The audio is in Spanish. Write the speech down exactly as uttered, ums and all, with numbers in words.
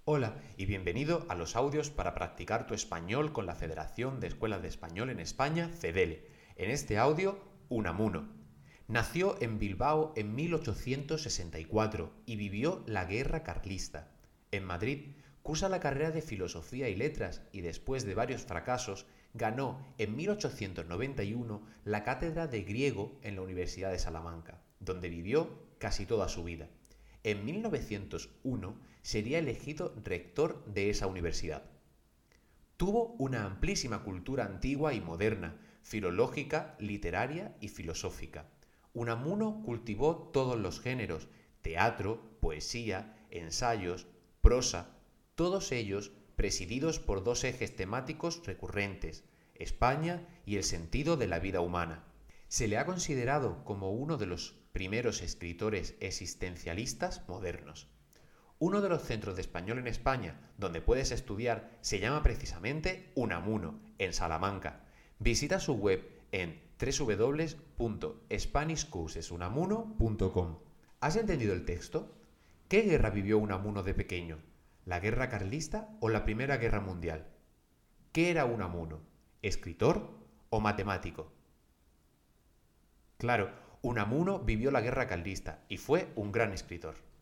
Hola y bienvenido a los audios para practicar tu español con la Federación de Escuelas de Español en España, FEDELE. En este audio, Unamuno. Nació en Bilbao en mil ochocientos sesenta y cuatro y vivió la Guerra Carlista. En Madrid cursa la carrera de Filosofía y Letras y después de varios fracasos ganó en mil ochocientos noventa y uno la cátedra de griego en la Universidad de Salamanca, donde vivió casi toda su vida. En mil novecientos uno sería elegido rector de esa universidad. Tuvo una amplísima cultura antigua y moderna, filológica, literaria y filosófica. Unamuno cultivó todos los géneros: teatro, poesía, ensayos, prosa, todos ellos presididos por dos ejes temáticos recurrentes: España y el sentido de la vida humana. Se le ha considerado como uno de los primeros escritores existencialistas modernos. Uno de los centros de español en España donde puedes estudiar se llama precisamente Unamuno, en Salamanca. Visita su web en doble u doble u doble u punto spanish courses unamuno punto com. ¿Has entendido el texto? ¿Qué guerra vivió Unamuno de pequeño? ¿La guerra carlista o la Primera Guerra Mundial? ¿Qué era Unamuno? ¿Escritor o matemático? Claro, Unamuno vivió la guerra carlista y fue un gran escritor.